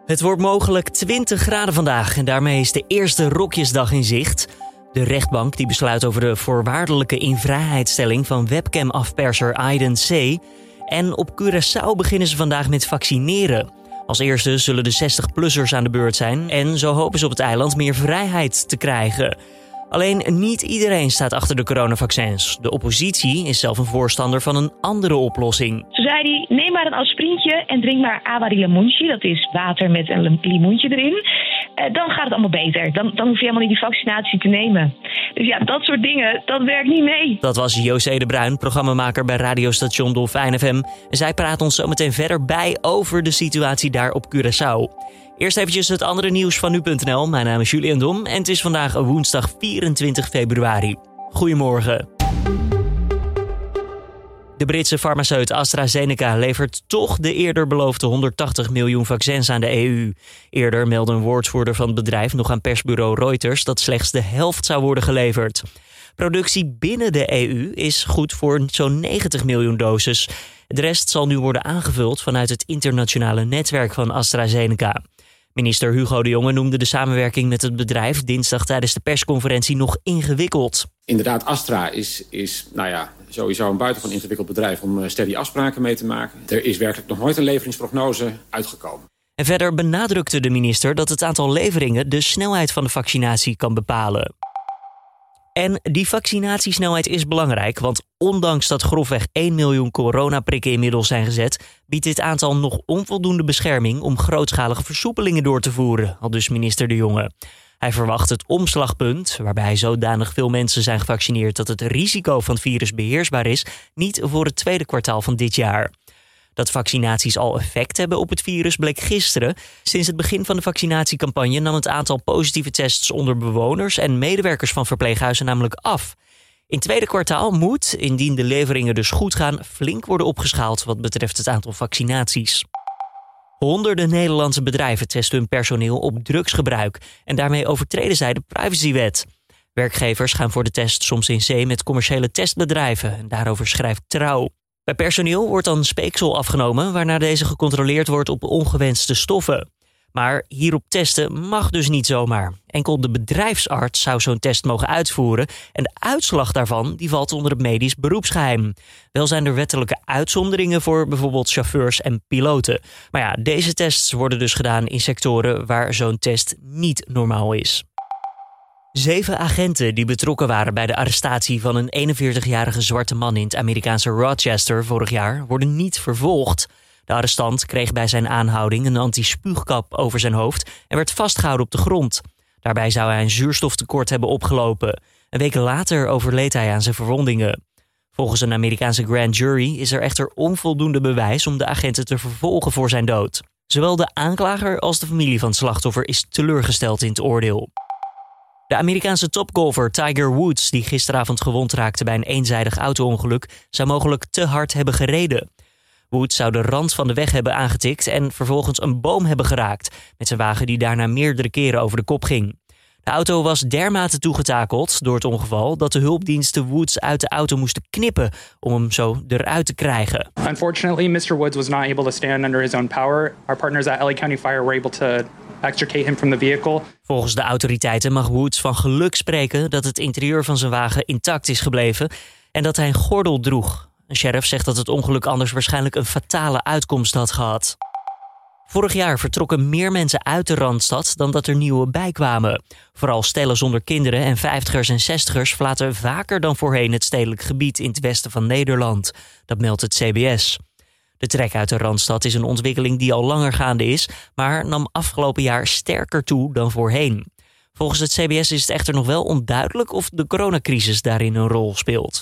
Het wordt mogelijk 20 graden vandaag en daarmee is de eerste rokjesdag in zicht. De rechtbank die besluit over de voorwaardelijke invrijheidstelling van webcam-afperser Aiden C. En op Curaçao beginnen ze vandaag met vaccineren. Als eerste zullen de 60-plussers aan de beurt zijn en zo hopen ze op het eiland meer vrijheid te krijgen. Alleen niet iedereen staat achter de coronavaccins. De oppositie is zelf een voorstander van een andere oplossing. Zo zei hij, neem maar een aspirintje en drink maar awari limonci. Dat is water met een limoentje erin. Dan gaat het allemaal beter. Dan hoef je helemaal niet die vaccinatie te nemen. Dus ja, dat soort dingen, dat werkt niet mee. Dat was José de Bruin, programmamaker bij radiostation Dolfijn FM. En zij praat ons zo meteen verder bij over de situatie daar op Curaçao. Eerst eventjes het andere nieuws van nu.nl. Mijn naam is Julian Dom en het is vandaag woensdag 24 februari. Goedemorgen. De Britse farmaceut AstraZeneca levert toch de eerder beloofde 180 miljoen vaccins aan de EU. Eerder meldde een woordvoerder van het bedrijf nog aan persbureau Reuters dat slechts de helft zou worden geleverd. Productie binnen de EU is goed voor zo'n 90 miljoen doses. De rest zal nu worden aangevuld vanuit het internationale netwerk van AstraZeneca. Minister Hugo de Jonge noemde de samenwerking met het bedrijf dinsdag tijdens de persconferentie nog ingewikkeld. Inderdaad, Astra is sowieso een buitengewoon ingewikkeld bedrijf om steady afspraken mee te maken. Er is werkelijk nog nooit een leveringsprognose uitgekomen. En verder benadrukte de minister dat het aantal leveringen de snelheid van de vaccinatie kan bepalen. En die vaccinatiesnelheid is belangrijk, want ondanks dat grofweg 1 miljoen coronaprikken inmiddels zijn gezet, biedt dit aantal nog onvoldoende bescherming om grootschalige versoepelingen door te voeren, aldus minister De Jonge. Hij verwacht het omslagpunt, waarbij zodanig veel mensen zijn gevaccineerd dat het risico van het virus beheersbaar is, niet voor het tweede kwartaal van dit jaar. Dat vaccinaties al effect hebben op het virus bleek gisteren. Sinds het begin van de vaccinatiecampagne nam het aantal positieve tests onder bewoners en medewerkers van verpleeghuizen namelijk af. In het tweede kwartaal moet, indien de leveringen dus goed gaan, flink worden opgeschaald wat betreft het aantal vaccinaties. Honderden Nederlandse bedrijven testen hun personeel op drugsgebruik en daarmee overtreden zij de privacywet. Werkgevers gaan voor de test soms in zee met commerciële testbedrijven en daarover schrijft Trouw. Bij personeel wordt dan speeksel afgenomen, waarna deze gecontroleerd wordt op ongewenste stoffen. Maar hierop testen mag dus niet zomaar. Enkel de bedrijfsarts zou zo'n test mogen uitvoeren en de uitslag daarvan die valt onder het medisch beroepsgeheim. Wel zijn er wettelijke uitzonderingen voor bijvoorbeeld chauffeurs en piloten. Maar ja, deze tests worden dus gedaan in sectoren waar zo'n test niet normaal is. 7 agenten die betrokken waren bij de arrestatie van een 41-jarige zwarte man in het Amerikaanse Rochester vorig jaar worden niet vervolgd. De arrestant kreeg bij zijn aanhouding een anti-spuugkap over zijn hoofd en werd vastgehouden op de grond. Daarbij zou hij een zuurstoftekort hebben opgelopen. Een week later overleed hij aan zijn verwondingen. Volgens een Amerikaanse grand jury is er echter onvoldoende bewijs om de agenten te vervolgen voor zijn dood. Zowel de aanklager als de familie van het slachtoffer is teleurgesteld in het oordeel. De Amerikaanse topgolfer Tiger Woods, die gisteravond gewond raakte bij een eenzijdig auto-ongeluk, zou mogelijk te hard hebben gereden. Woods zou de rand van de weg hebben aangetikt en vervolgens een boom hebben geraakt, met zijn wagen die daarna meerdere keren over de kop ging. De auto was dermate toegetakeld door het ongeval dat de hulpdiensten Woods uit de auto moesten knippen om hem zo eruit te krijgen. Unfortunately, Mr. Woods was not able to stand under his own power. Our partners at LA County Fire were able to extricate him from the vehicle. Volgens de autoriteiten mag Woods van geluk spreken dat het interieur van zijn wagen intact is gebleven en dat hij een gordel droeg. Een sheriff zegt dat het ongeluk anders waarschijnlijk een fatale uitkomst had gehad. Vorig jaar vertrokken meer mensen uit de Randstad dan dat er nieuwe bijkwamen. Vooral stellen zonder kinderen en 50ers en 60ers verlaten vaker dan voorheen het stedelijk gebied in het westen van Nederland. Dat meldt het CBS. De trek uit de Randstad is een ontwikkeling die al langer gaande is, maar nam afgelopen jaar sterker toe dan voorheen. Volgens het CBS is het echter nog wel onduidelijk of de coronacrisis daarin een rol speelt.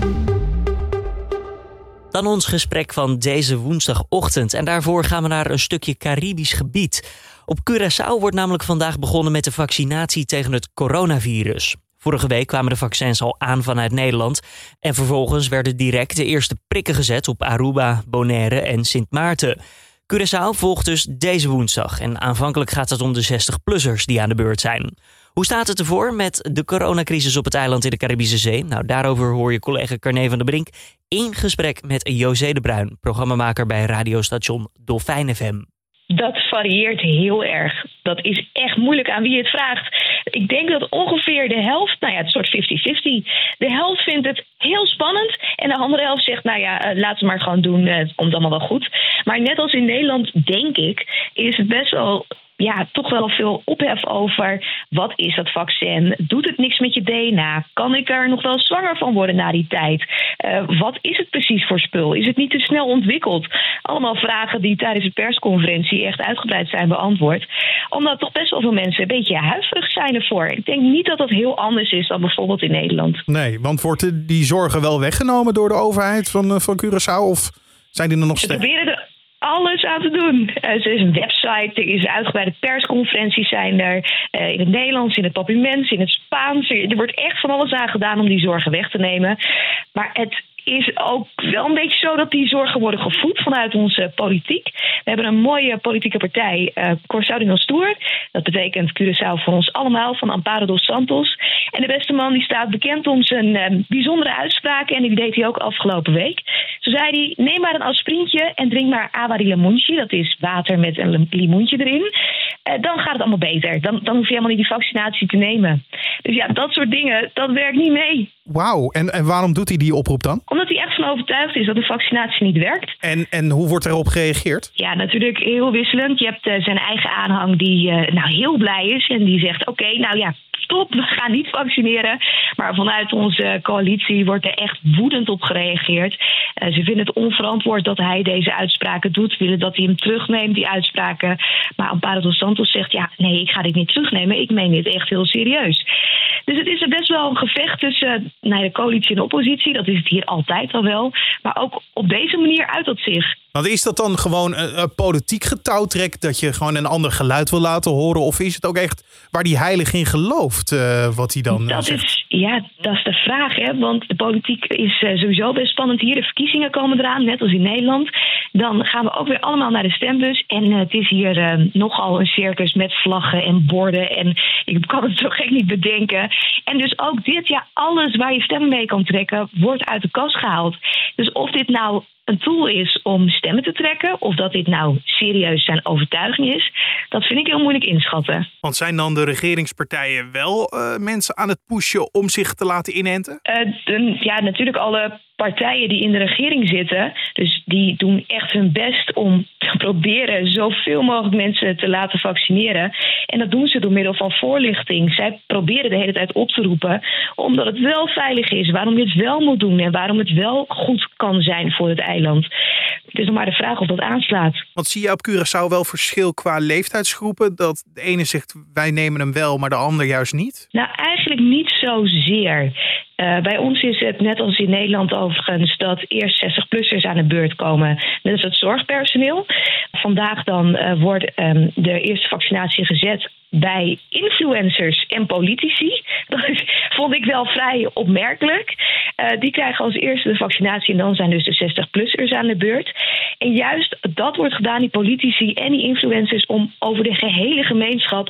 Dan ons gesprek van deze woensdagochtend. En daarvoor gaan we naar een stukje Caribisch gebied. Op Curaçao wordt namelijk vandaag begonnen met de vaccinatie tegen het coronavirus. Vorige week kwamen de vaccins al aan vanuit Nederland. En vervolgens werden direct de eerste prikken gezet op Aruba, Bonaire en Sint Maarten. Curaçao volgt dus deze woensdag. En aanvankelijk gaat het om de 60-plussers die aan de beurt zijn. Hoe staat het ervoor met de coronacrisis op het eiland in de Caribische Zee? Nou, daarover hoor je collega Carné van der Brink in gesprek met José de Bruin, programmamaker bij radiostation Dolfijn FM. Dat varieert heel erg. Dat is echt moeilijk aan wie je het vraagt. Ik denk dat ongeveer de helft, het is een soort 50-50. De helft vindt het heel spannend. En de andere helft zegt, laat ze maar gewoon doen. Komt allemaal wel goed. Maar net als in Nederland, denk ik, is het best wel... toch wel veel ophef over wat is dat vaccin? Doet het niks met je DNA? Kan ik er nog wel zwanger van worden na die tijd? Wat is het precies voor spul? Is het niet te snel ontwikkeld? Allemaal vragen die tijdens de persconferentie echt uitgebreid zijn beantwoord. Omdat toch best wel veel mensen een beetje huiverig zijn ervoor. Ik denk niet dat dat heel anders is dan bijvoorbeeld in Nederland. Nee, want wordt die zorgen wel weggenomen door de overheid van Curaçao? Of zijn die er nog steeds? Ze proberen er alles aan te doen. Er is een website, er is uitgebreide persconferenties zijn er. In het Nederlands, in het Papumens, in het Spaans. Er wordt echt van alles aan gedaan om die zorgen weg te nemen. Maar het is ook wel een beetje zo dat die zorgen worden gevoed vanuit onze politiek. We hebben een mooie politieke partij, Curaçao de Nostur. Dat betekent Curaçao voor ons allemaal, van Amparo dos Santos. En de beste man die staat bekend om zijn bijzondere uitspraken. En die deed hij ook afgelopen week. Zo zei hij, neem maar een aspirintje en drink maar agua de limonchi. Dat is water met een limoentje erin. Dan gaat het allemaal beter. Dan hoef je helemaal niet die vaccinatie te nemen. Dus dat soort dingen, dat werkt niet mee. Wauw, en waarom doet hij die oproep dan? Omdat hij echt van overtuigd is dat de vaccinatie niet werkt. En hoe wordt erop gereageerd? Ja, natuurlijk heel wisselend. Je hebt zijn eigen aanhang die heel blij is. En die zegt, oké, stop, we gaan niet vaccineren. Maar vanuit onze coalitie wordt er echt woedend op gereageerd. Ze vinden het onverantwoord dat hij deze uitspraken doet. Willen dat hij hem terugneemt, die uitspraken. Maar Amparo dos Santos zegt, nee, ik ga dit niet terugnemen. Ik meen dit echt heel serieus. Dus het is er best wel een gevecht tussen de coalitie en de oppositie. Dat is het hier altijd al wel. Maar ook op deze manier uit dat zich. Want is dat dan gewoon een politiek getouwtrek dat je gewoon een ander geluid wil laten horen? Of is het ook echt waar die heilig in gelooft wat hij dan zegt? Dat is de vraag. Hè? Want de politiek is sowieso best spannend hier. De verkiezingen komen eraan, net als in Nederland. Dan gaan we ook weer allemaal naar de stembus. En het is hier nogal een circus met vlaggen en borden. En ik kan het zo gek niet bedenken. En dus ook dit, alles waar je stemmen mee kan trekken, wordt uit de kast gehaald. Dus of dit nou een tool is om stemmen te trekken, of dat dit nou serieus zijn overtuiging is, dat vind ik heel moeilijk inschatten. Want zijn dan de regeringspartijen wel mensen aan het pushen om zich te laten inenten? Natuurlijk alle partijen die in de regering zitten, dus die doen echt hun best om te proberen zoveel mogelijk mensen te laten vaccineren. En dat doen ze door middel van voorlichting. Zij proberen de hele tijd op te roepen omdat het wel veilig is, waarom je het wel moet doen en waarom het wel goed kan zijn voor het eiland. Het is nog maar de vraag of dat aanslaat. Want zie je op Curaçao wel verschil qua leeftijdsgroepen? Dat de ene zegt wij nemen hem wel, maar de ander juist niet? Nou, eigenlijk niet zozeer. Bij ons is het net als in Nederland overigens dat eerst 60-plussers aan de beurt komen. Net als het zorgpersoneel. Vandaag dan wordt de eerste vaccinatie gezet bij influencers en politici. Dat vond ik wel vrij opmerkelijk. Die krijgen als eerste de vaccinatie en dan zijn dus de 60-plussers aan de beurt. En juist dat wordt gedaan, die politici en die influencers, om over de gehele gemeenschap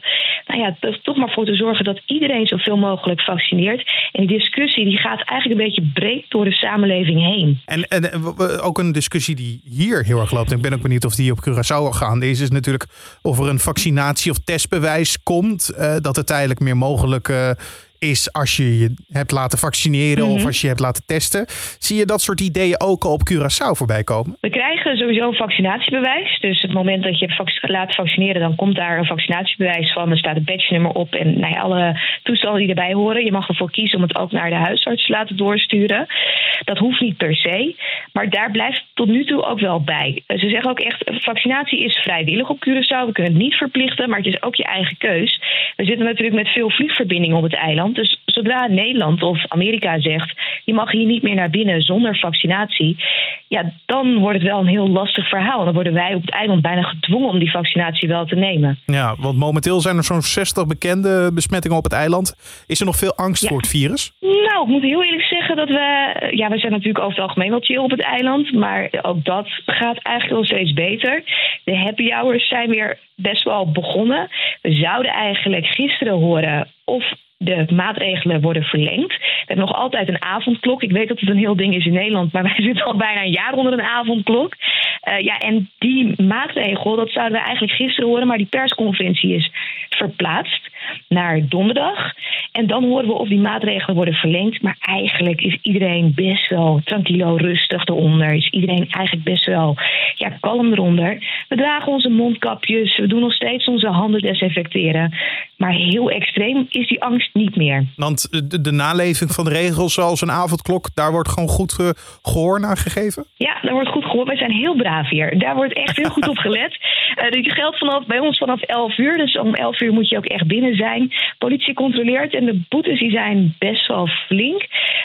er toch maar voor te zorgen dat iedereen zoveel mogelijk vaccineert. En die discussie die gaat eigenlijk een beetje breed door de samenleving heen. En ook een discussie die hier heel erg loopt, en ik ben ook benieuwd of die op Curaçao gaande is natuurlijk of er een vaccinatie- of testbewijs komt, dat het tijdelijk meer mogelijk is als je je hebt laten vaccineren of als je hebt laten testen. Zie je dat soort ideeën ook al op Curaçao voorbij komen? We krijgen sowieso een vaccinatiebewijs. Dus het moment dat je laat vaccineren, dan komt daar een vaccinatiebewijs van. Er staat een badgenummer op en alle toestanden die erbij horen. Je mag ervoor kiezen om het ook naar de huisarts te laten doorsturen. Dat hoeft niet per se. Maar daar blijft tot nu toe ook wel bij. Ze zeggen ook echt, vaccinatie is vrijwillig op Curaçao. We kunnen het niet verplichten, maar het is ook je eigen keus. We zitten natuurlijk met veel vliegverbindingen op het eiland. Dus zodra Nederland of Amerika zegt, je mag hier niet meer naar binnen zonder vaccinatie, dan wordt het wel een heel lastig verhaal. En dan worden wij op het eiland bijna gedwongen om die vaccinatie wel te nemen. Ja, want momenteel zijn er zo'n 60 bekende besmettingen op het eiland. Is er nog veel angst voor het virus? Nou, ik moet heel eerlijk zeggen dat we zijn natuurlijk over het algemeen wel chill op het eiland. Maar ook dat gaat eigenlijk wel steeds beter. De happy hours zijn weer best wel begonnen. We zouden eigenlijk gisteren horen of de maatregelen worden verlengd. We hebben nog altijd een avondklok. Ik weet dat het een heel ding is in Nederland, maar wij zitten al bijna een jaar onder een avondklok. En die maatregel, dat zouden we eigenlijk gisteren horen, maar die persconferentie is verplaatst naar donderdag. En dan horen we of die maatregelen worden verlengd. Maar eigenlijk is iedereen best wel tranquilo, rustig eronder. Is iedereen eigenlijk best wel kalm eronder. We dragen onze mondkapjes, we doen nog steeds onze handen desinfecteren. Maar heel extreem is die angst niet meer. Want de naleving van de regels zoals een avondklok, daar wordt gewoon goed gehoor naar gegeven? Ja, daar wordt goed gehoord. Wij zijn heel braaf hier. Daar wordt echt heel goed op gelet. Dit geldt bij ons vanaf 11 uur. Dus om 11 uur moet je ook echt binnen zijn. Politie controleert en de boetes die zijn best wel flink.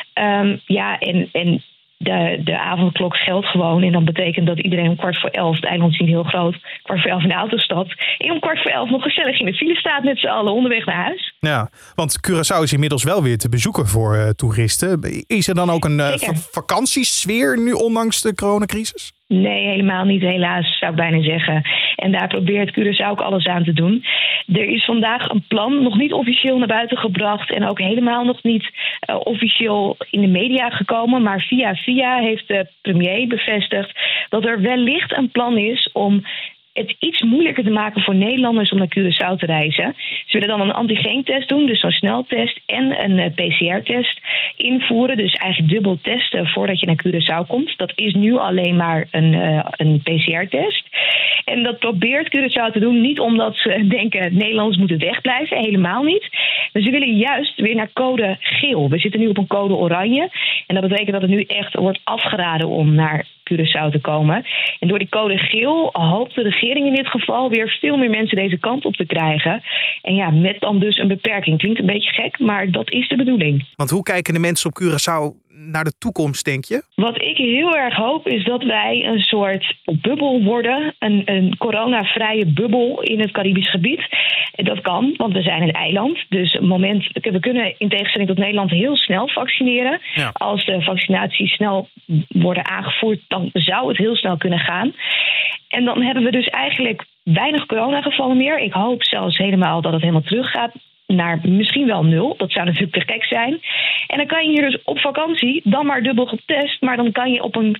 De avondklok geldt gewoon. En dat betekent dat iedereen om 11:15, het eiland is niet heel groot, 11:15 in de auto stapt. En om 11:15 nog gezellig in de file staat met z'n allen onderweg naar huis. Ja, want Curaçao is inmiddels wel weer te bezoeken voor toeristen. Is er dan ook een vakantiesfeer nu ondanks de coronacrisis? Nee, helemaal niet, helaas, zou ik bijna zeggen. En daar probeert Curaçao ook alles aan te doen. Er is vandaag een plan, nog niet officieel naar buiten gebracht en ook helemaal nog niet officieel in de media gekomen. Maar via heeft de premier bevestigd dat er wellicht een plan is om het iets moeilijker te maken voor Nederlanders om naar Curaçao te reizen. Ze willen dan een antigeentest doen, dus zo'n sneltest en een PCR-test invoeren. Dus eigenlijk dubbel testen voordat je naar Curaçao komt. Dat is nu alleen maar een PCR-test. En dat probeert Curaçao te doen, niet omdat ze denken Nederlanders moeten wegblijven, helemaal niet. Maar ze willen juist weer naar code geel. We zitten nu op een code oranje. En dat betekent dat het nu echt wordt afgeraden om naar Curaçao te komen. En door die code geel hoopt de regering in dit geval weer veel meer mensen deze kant op te krijgen. En met dan dus een beperking. Klinkt een beetje gek, maar dat is de bedoeling. Want hoe kijken de mensen op Curaçao naar de toekomst, denk je? Wat ik heel erg hoop is dat wij een soort bubbel worden. Een coronavrije bubbel in het Caribisch gebied. Dat kan, want we zijn een eiland. Dus we kunnen in tegenstelling tot Nederland heel snel vaccineren. Ja. Als de vaccinaties snel worden aangevoerd, dan zou het heel snel kunnen gaan. En dan hebben we dus eigenlijk weinig coronagevallen meer. Ik hoop zelfs helemaal dat het helemaal teruggaat naar misschien wel 0. Dat zou natuurlijk te gek zijn. En dan kan je hier dus op vakantie dan maar dubbel getest. Maar dan kan je op een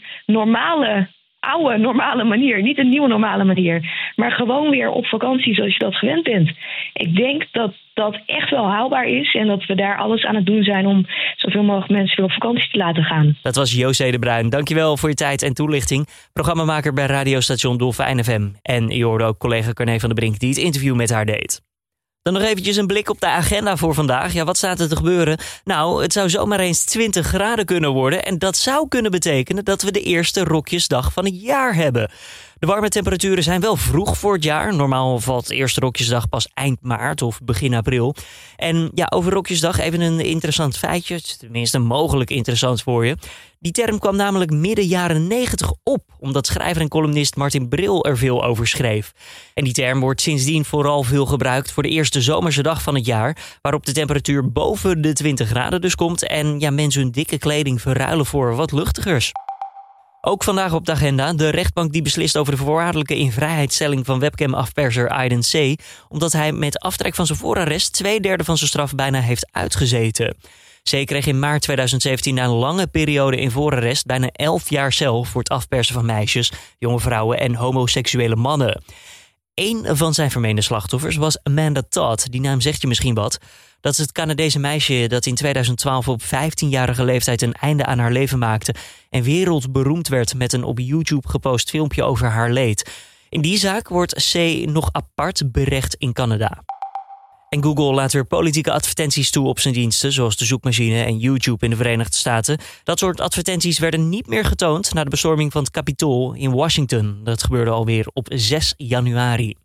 oude normale manier, niet een nieuwe normale manier, maar gewoon weer op vakantie zoals je dat gewend bent. Ik denk dat dat echt wel haalbaar is en dat we daar alles aan het doen zijn om zoveel mogelijk mensen weer op vakantie te laten gaan. Dat was José de Bruin. Dankjewel voor je tijd en toelichting. Programmamaker bij radiostation Dolfijn FM. En je hoorde ook collega Carné van der Brink die het interview met haar deed. Dan nog eventjes een blik op de agenda voor vandaag. Ja, wat staat er te gebeuren? Nou, het zou zomaar eens 20 graden kunnen worden. En dat zou kunnen betekenen dat we de eerste Rokjesdag van het jaar hebben. De warme temperaturen zijn wel vroeg voor het jaar. Normaal valt de eerste Rokjesdag pas eind maart of begin april. En over Rokjesdag even een interessant feitje. Tenminste, mogelijk interessant voor je. Die term kwam namelijk midden jaren 90 op, omdat schrijver en columnist Martin Bril er veel over schreef. En die term wordt sindsdien vooral veel gebruikt voor de eerste zomerse dag van het jaar, waarop de temperatuur boven de 20 graden dus komt en mensen hun dikke kleding verruilen voor wat luchtigers. Ook vandaag op de agenda de rechtbank die beslist over de voorwaardelijke invrijheidstelling van webcam-afperser Aiden C., omdat hij met aftrek van zijn voorarrest 2/3 van zijn straf bijna heeft uitgezeten. C. kreeg in maart 2017 na een lange periode in voorarrest bijna 11 jaar cel voor het afpersen van meisjes, jonge vrouwen en homoseksuele mannen. Eén van zijn vermeende slachtoffers was Amanda Todd. Die naam zegt je misschien wat. Dat is het Canadese meisje dat in 2012 op 15-jarige leeftijd een einde aan haar leven maakte en wereldberoemd werd met een op YouTube gepost filmpje over haar leed. In die zaak wordt C. nog apart berecht in Canada. En Google laat weer politieke advertenties toe op zijn diensten, zoals de zoekmachine en YouTube in de Verenigde Staten. Dat soort advertenties werden niet meer getoond na de bestorming van het Capitool in Washington. Dat gebeurde alweer op 6 januari.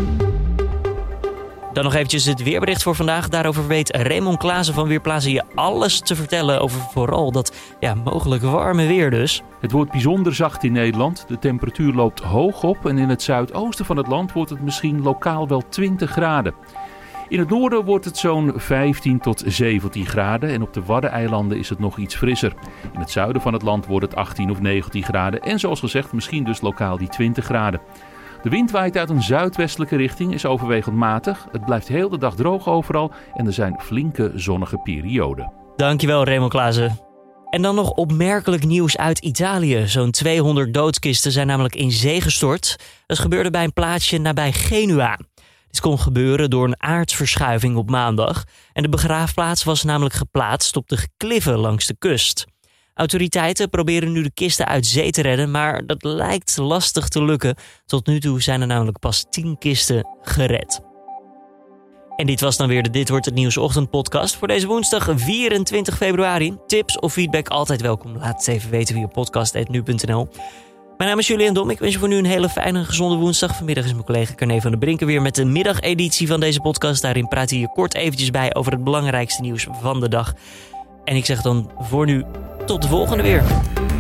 Dan nog eventjes het weerbericht voor vandaag. Daarover weet Raymond Klaassen van Weerplaza je alles te vertellen over vooral dat mogelijk warme weer dus. Het wordt bijzonder zacht in Nederland. De temperatuur loopt hoog op en in het zuidoosten van het land wordt het misschien lokaal wel 20 graden. In het noorden wordt het zo'n 15 tot 17 graden en op de Waddeneilanden is het nog iets frisser. In het zuiden van het land wordt het 18 of 19 graden en zoals gezegd misschien dus lokaal die 20 graden. De wind waait uit een zuidwestelijke richting, is overwegend matig. Het blijft heel de dag droog overal en er zijn flinke zonnige perioden. Dankjewel Raymond Klaassen. En dan nog opmerkelijk nieuws uit Italië. Zo'n 200 doodskisten zijn namelijk in zee gestort. Dat gebeurde bij een plaatsje nabij Genua. Dit kon gebeuren door een aardverschuiving op maandag. En de begraafplaats was namelijk geplaatst op de kliffen langs de kust. Autoriteiten proberen nu de kisten uit zee te redden, maar dat lijkt lastig te lukken. Tot nu toe zijn er namelijk pas 10 kisten gered. En dit was dan weer de Dit Wordt Het Nieuws ochtendpodcast voor deze woensdag 24 februari. Tips of feedback altijd welkom. Laat het even weten via podcast@nu.nl. Mijn naam is Julian Dom. Ik wens je voor nu een hele fijne en gezonde woensdag. Vanmiddag is mijn collega Carne van der Brinken weer met de middageditie van deze podcast. Daarin praat hij hier kort eventjes bij over het belangrijkste nieuws van de dag. En ik zeg dan voor nu tot de volgende weer.